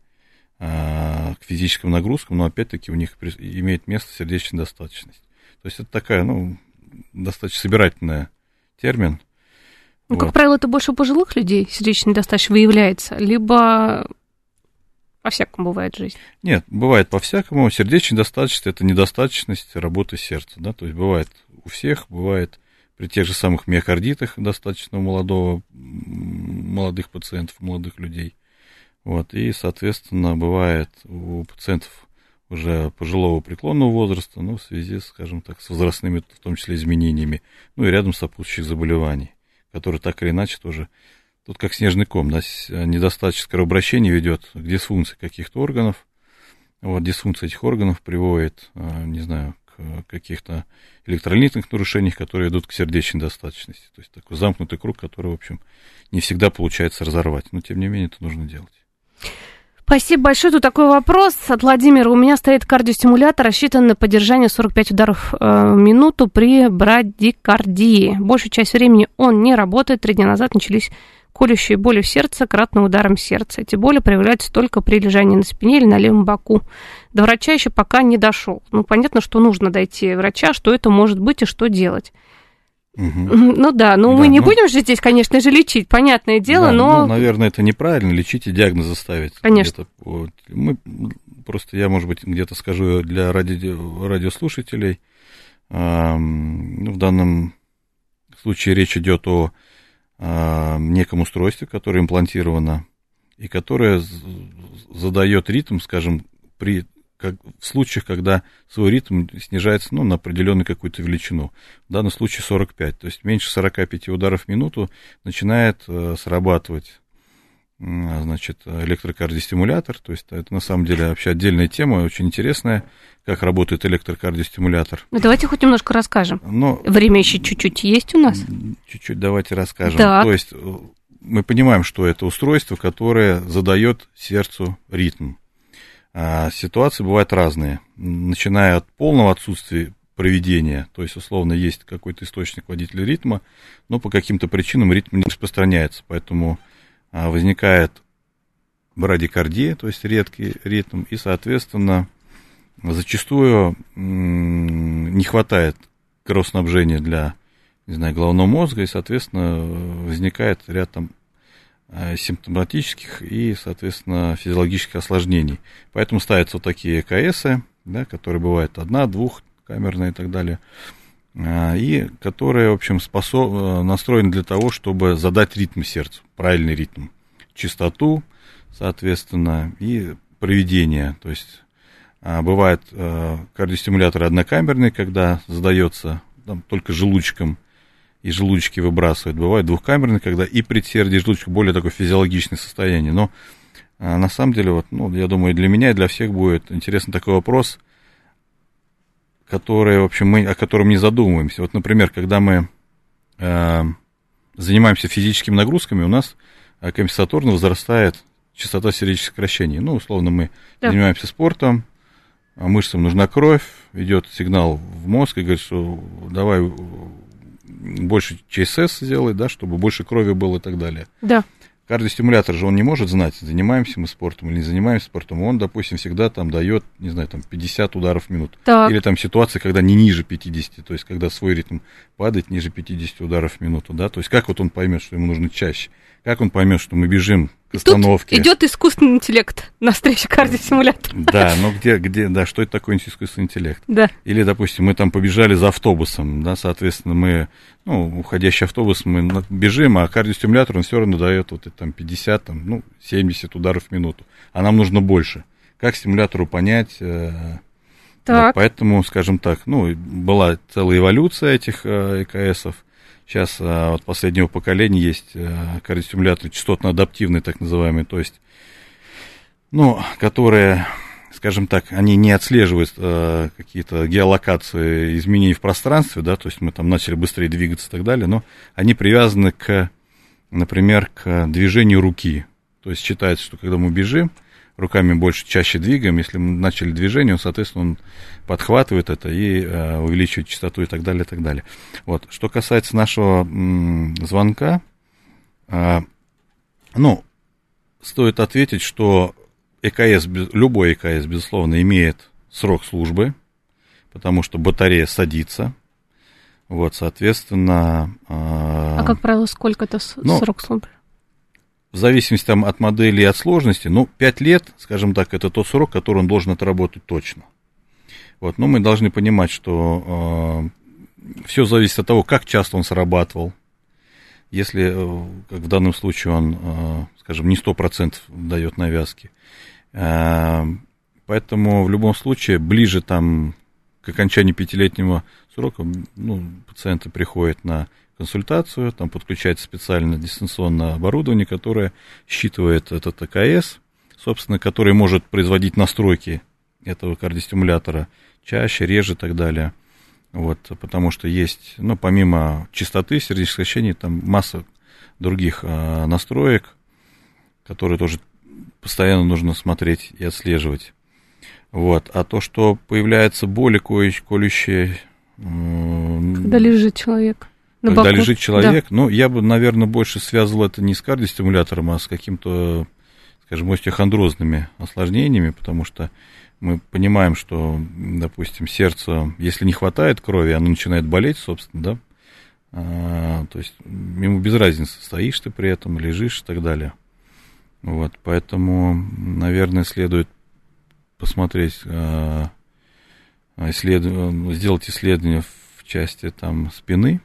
а, к физическим нагрузкам, но опять-таки у них имеет место сердечная недостаточность. То есть это такая, ну, достаточно собирательный термин. Ну, вот. Как правило, это больше у пожилых людей сердечная недостаточность выявляется, либо по-всякому бывает жизнь? Нет, бывает по-всякому. Сердечная недостаточность — это недостаточность работы сердца, да, то есть бывает у всех, бывает при тех же самых миокардитах достаточно молодого, молодых пациентов, молодых людей. Вот, и, соответственно, бывает у пациентов уже пожилого преклонного возраста, ну, в связи, скажем так, с возрастными, в том числе, изменениями, ну, и рядом сопутствующих заболеваний, которые так или иначе тоже, тут как снежный ком, да, недостаточность кровообращения ведет к дисфункции каких-то органов. Вот, дисфункция этих органов приводит, не знаю, к каких-то электролитных нарушениях, которые идут к сердечной недостаточности. То есть такой замкнутый круг, который, в общем, не всегда получается разорвать. Но, тем не менее, это нужно делать. Спасибо большое. Тут такой вопрос от Владимира. У меня стоит кардиостимулятор, рассчитан на поддержание сорок пять ударов э, в минуту при брадикардии. Большую часть времени он не работает. Три дня назад начались колющие боли в сердце, кратным ударом сердца. Эти боли проявляются только при лежании на спине или на левом боку. До врача еще пока не дошел. Ну, понятно, что нужно дойти врача, что это может быть и что делать. Угу. Ну да, но да, мы не ну, будем же здесь, конечно же, лечить, понятное дело, да, но... Ну, наверное, это неправильно, лечить и диагноз ставить. Конечно. Вот. Мы, просто я, может быть, где-то скажу для ради, радиослушателей, э, ну, в данном случае речь идет о э, неком устройстве, которое имплантировано, и которое задает ритм, скажем, при... Как в случаях, когда свой ритм снижается, ну, на определенную какую-то величину. В данном случае сорок пять. То есть меньше сорок пять ударов в минуту начинает э, срабатывать э, значит, электрокардиостимулятор. То есть это на самом деле вообще отдельная тема, очень интересная, как работает электрокардиостимулятор. Ну, давайте хоть немножко расскажем. Но... Время еще чуть-чуть есть у нас? Чуть-чуть давайте расскажем. Так. То есть мы понимаем, что это устройство, которое задает сердцу ритм. Ситуации бывают разные, начиная от полного отсутствия проведения, то есть, условно, есть какой-то источник водителя ритма, но по каким-то причинам ритм не распространяется, поэтому возникает брадикардия, то есть редкий ритм, и, соответственно, зачастую не хватает кровоснабжения для, не знаю, головного мозга, и, соответственно, возникает ряд там симптоматических и, соответственно, физиологических осложнений. Поэтому ставятся вот такие ЭКСы, да, которые бывают одна-, двухкамерные и так далее. и которые, в общем, способ... настроены для того, чтобы задать ритм сердцу, правильный ритм, частоту, соответственно, и проведение. То есть бывают кардиостимуляторы однокамерные, когда задается там, только желудочком, и желудочки выбрасывают. Бывают двухкамерные, когда и предсердие, и желудочка более такое физиологичное состояние. Но а, на самом деле, вот, ну, я думаю, для меня и для всех будет интересный такой вопрос, который, в общем, мы, о котором не задумываемся. Вот, например, когда мы э, занимаемся физическими нагрузками, у нас компенсаторно возрастает частота сердечных сокращений. Ну, условно, мы да. занимаемся спортом, мышцам нужна кровь, идет сигнал в мозг и говорит, что давай больше ЧСС сделай, да, чтобы больше крови было и так далее. Да. Кардиостимулятор же он не может знать, занимаемся мы спортом или не занимаемся спортом. Он, допустим, всегда там дает, не знаю, там пятьдесят ударов в минуту. Так. Или там ситуация, когда не ниже пятидесяти, то есть когда свой ритм падает ниже пятидесяти ударов в минуту, да. То есть как вот он поймет, что ему нужно чаще? Как он поймет, что мы бежим к остановке? Тут идет искусственный интеллект на встрече кардиостимулятора. Да, но где, где, да, что это такое искусственный интеллект? Да. Или, допустим, мы там побежали за автобусом, да, соответственно, мы, ну, уходящий автобус, мы бежим, а кардиостимулятор, он все равно дает вот там пятьдесят, там, ну, семьдесят ударов в минуту, а нам нужно больше. Как стимулятору понять? Так. Вот, поэтому, скажем так, ну, была целая эволюция этих ЭКСов. Сейчас от последнего поколения есть кардиостимуляторы частотно-адаптивные, так называемые, то есть, ну, которые, скажем так, они не отслеживают э, какие-то геолокации изменений в пространстве, да, то есть мы там начали быстрее двигаться и так далее, но они привязаны к, например, к движению руки. То есть считается, что когда мы бежим, руками больше, чаще двигаем, если мы начали движение, он, соответственно, он подхватывает это и э, увеличивает частоту и так далее, и так далее. Вот. Что касается нашего м, звонка, э, ну, стоит ответить, что ЭКС, любой ЭКС, безусловно, имеет срок службы, потому что батарея садится, вот, соответственно... Э, а, как правило, сколько это ну, срок службы? В зависимости там, от модели и от сложности, ну, пять лет, скажем так, это тот срок, который он должен отработать точно. Вот, но мы должны понимать, что э, все зависит от того, как часто он срабатывал. Если, э, как в данном случае, он, э, скажем, не сто процентов дает навязки. Э, поэтому в любом случае, ближе там, к окончанию пятилетнего срока, ну, пациенты приходят на консультацию, там подключается специальное дистанционное оборудование, которое считывает этот ЭКС, собственно, который может производить настройки этого кардиостимулятора чаще, реже и так далее. Вот, потому что есть, ну, помимо частоты сердечных сокращений, там масса других а, настроек, которые тоже постоянно нужно смотреть и отслеживать. Вот. А то, что появляется боли колющие... Когда лежит человек. Когда боку. лежит человек, да. Ну, я бы, наверное, больше связывал это не с кардиостимулятором, а с каким-то, скажем, остеохондрозными осложнениями, потому что мы понимаем, что, допустим, сердце, если не хватает крови, оно начинает болеть, собственно, да, а, то есть ему без разницы, стоишь ты при этом, лежишь и так далее. Вот, поэтому, наверное, следует посмотреть, а, исслед... сделать исследование в части там спины.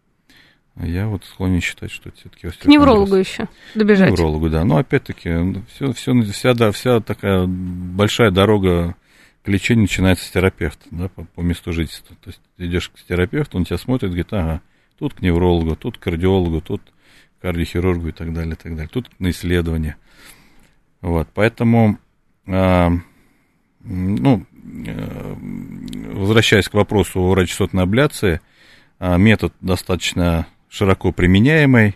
Я вот склонен считать, что это все-таки остеохондроз. К неврологу еще добежать. К неврологу, да. Но опять-таки, все, все, вся, да, вся такая большая дорога к лечению начинается с терапевта, да, по, по месту жительства. То есть ты идешь к терапевту, он тебя смотрит, говорит, ага, тут к неврологу, тут к кардиологу, тут к кардиохирургу и так далее, и так далее. Тут на исследование. Вот, поэтому, а, ну, возвращаясь к вопросу о радиочастотной абляции, а, метод достаточно широко применяемый,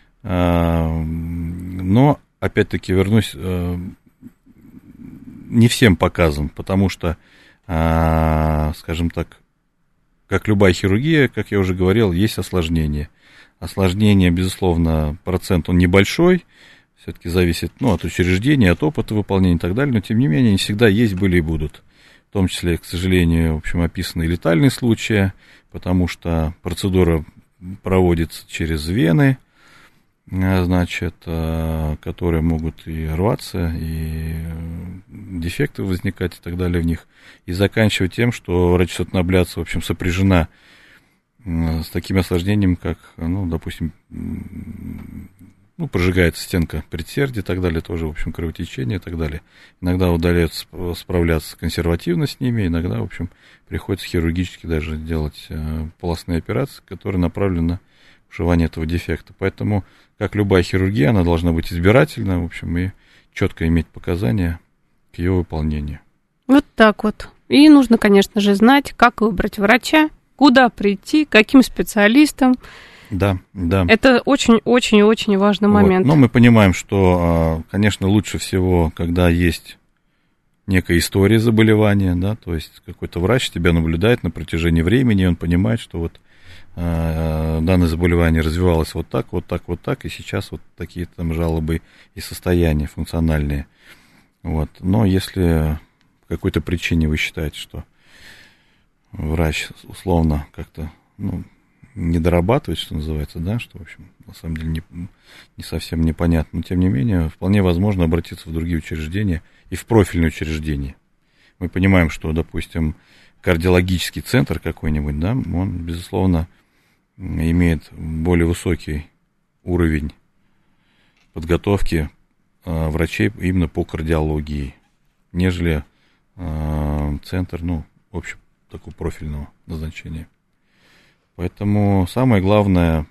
но, опять-таки, вернусь, не всем показан, потому что, скажем так, как любая хирургия, как я уже говорил, есть осложнения. Осложнения, безусловно, процент он небольшой, все-таки зависит, ну, от учреждения, от опыта выполнения и так далее, но, тем не менее, они всегда есть, были и будут. В том числе, к сожалению, в общем, описаны и летальные случаи, потому что процедура проводится через вены, значит, которые могут и рваться, и дефекты возникать и так далее в них, и заканчивать тем, что радиочастотная абляция, в общем, сопряжена с такими осложнениями, как, ну, допустим, ну, прожигается стенка предсердия и так далее, тоже, в общем, кровотечение и так далее. Иногда удается справляться консервативно с ними, иногда, в общем, приходится хирургически даже делать полостные операции, которые направлены на ушивание этого дефекта. Поэтому, как любая хирургия, она должна быть избирательна, в общем, и четко иметь показания к ее выполнению. Вот так вот. И нужно, конечно же, знать, как выбрать врача, куда прийти, каким специалистам. Да, да. Это очень-очень-очень важный вот. момент. Но мы понимаем, что, конечно, лучше всего, когда есть некая история заболевания, да, то есть какой-то врач тебя наблюдает на протяжении времени, и он понимает, что вот э, данное заболевание развивалось вот так, вот так, вот так, и сейчас вот такие там жалобы и состояния функциональные. Вот. Но если по какой-то причине вы считаете, что врач условно как-то, ну, не дорабатывает, что называется, да, что, в общем, на самом деле не, не совсем непонятно, но, тем не менее, вполне возможно обратиться в другие учреждения и в профильные учреждения. Мы понимаем, что, допустим, кардиологический центр какой-нибудь, да, он, безусловно, имеет более высокий уровень подготовки э, врачей именно по кардиологии, нежели э, центр, ну, общего такого профильного назначения. Поэтому самое главное,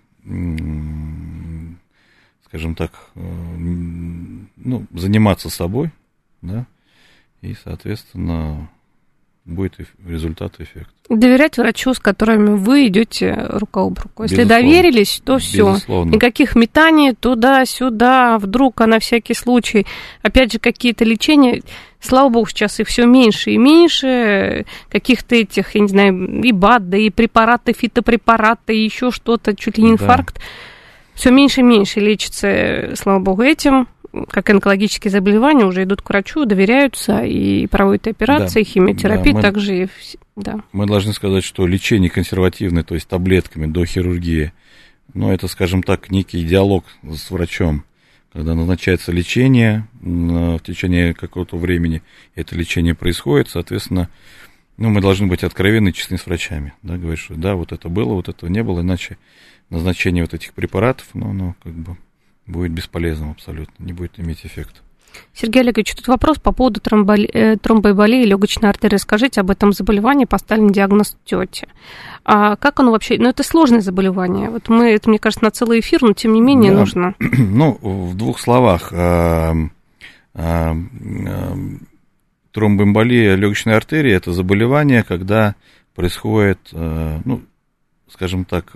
скажем так, ну, заниматься собой, да, и, соответственно, будет результат и эффект. Доверять врачу, с которыми вы идете рука об руку. Если Безусловно. доверились, то все. Никаких метаний туда-сюда, вдруг, а на всякий случай. Опять же, какие-то лечения, слава богу, сейчас их все меньше и меньше. Каких-то этих, я не знаю, и БАД, да и препараты, фитопрепараты, и еще что-то, чуть ли не инфаркт. Да. Все меньше и меньше лечится, слава богу, этим. Как онкологические заболевания, уже идут к врачу, доверяются и проводят операции, да, химиотерапию, да, мы, также и... Да. Мы должны сказать, что лечение консервативное, то есть таблетками до хирургии, ну, это, скажем так, некий диалог с врачом, когда назначается лечение, в течение какого-то времени это лечение происходит, соответственно, ну, мы должны быть откровенны и честны с врачами, да, говорить, что да, вот это было, вот этого не было, иначе назначение вот этих препаратов, ну, ну, как бы... будет бесполезным абсолютно, не будет иметь эффекта. Сергей Олегович, тут вопрос по поводу тромболи... тромбоэболии легочной артерии. Скажите об этом заболевании, поставлен диагноз тете. А как оно вообще? Ну, это сложное заболевание. Вот мы, это, мне кажется, на целый эфир, но тем не менее да. нужно. Ну, в двух словах. Тромбоэмболия легочной артерии – это заболевание, когда происходит, ну, скажем так,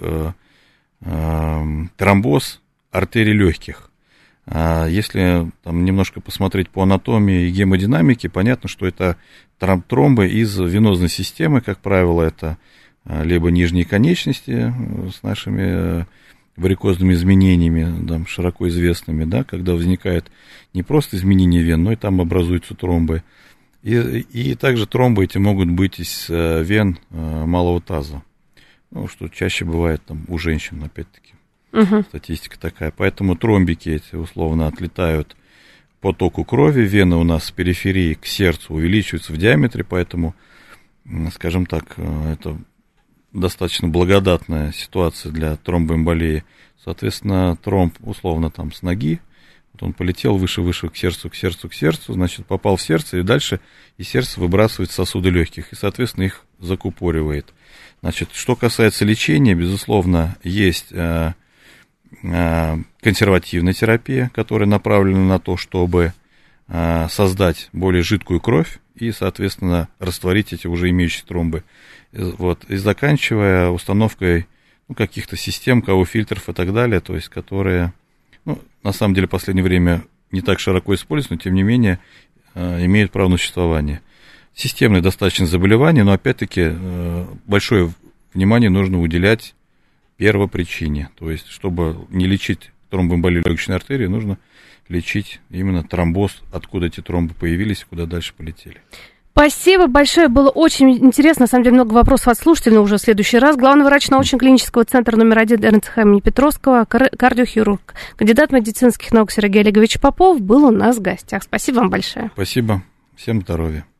тромбоз артерий легких. Если там немножко посмотреть по анатомии и гемодинамике, понятно, что это тромбы из венозной системы, как правило, это либо нижние конечности с нашими варикозными изменениями, там, широко известными, да, когда возникает не просто изменение вен, но и там образуются тромбы. И, и также тромбы эти могут быть из вен малого таза, ну, что чаще бывает там у женщин, опять-таки. Угу. Статистика такая. Поэтому тромбики эти условно отлетают по току крови. Вены у нас с периферии к сердцу увеличиваются в диаметре, поэтому, скажем так, это достаточно благодатная ситуация для тромбоэмболии. Соответственно, тромб условно там с ноги, вот он полетел выше-выше к сердцу, к сердцу, к сердцу, значит, попал в сердце, и дальше из сердца выбрасывает сосуды легких, и, соответственно, их закупоривает. Значит, что касается лечения, безусловно, есть консервативная терапия, которая направлена на то, чтобы создать более жидкую кровь и, соответственно, растворить эти уже имеющиеся тромбы. Вот. И заканчивая установкой, ну, каких-то систем, КО-фильтров и так далее, то есть, которые, ну, на самом деле, в последнее время не так широко используются, но, тем не менее, имеют право на существование. Системное достаточно заболевание, но, опять-таки, большое внимание нужно уделять первопричине. То есть, чтобы не лечить тромбоэмболию легочной артерии, нужно лечить именно тромбоз, откуда эти тромбы появились, куда дальше полетели. Спасибо большое, было очень интересно, на самом деле много вопросов от слушателей, но уже в следующий раз. Главный врач научно-клинического центра номер один эр эн цэ ха имени Петровского, кардиохирург, кандидат медицинских наук Сергей Олегович Попов был у нас в гостях. Спасибо вам большое. Спасибо, всем здоровья.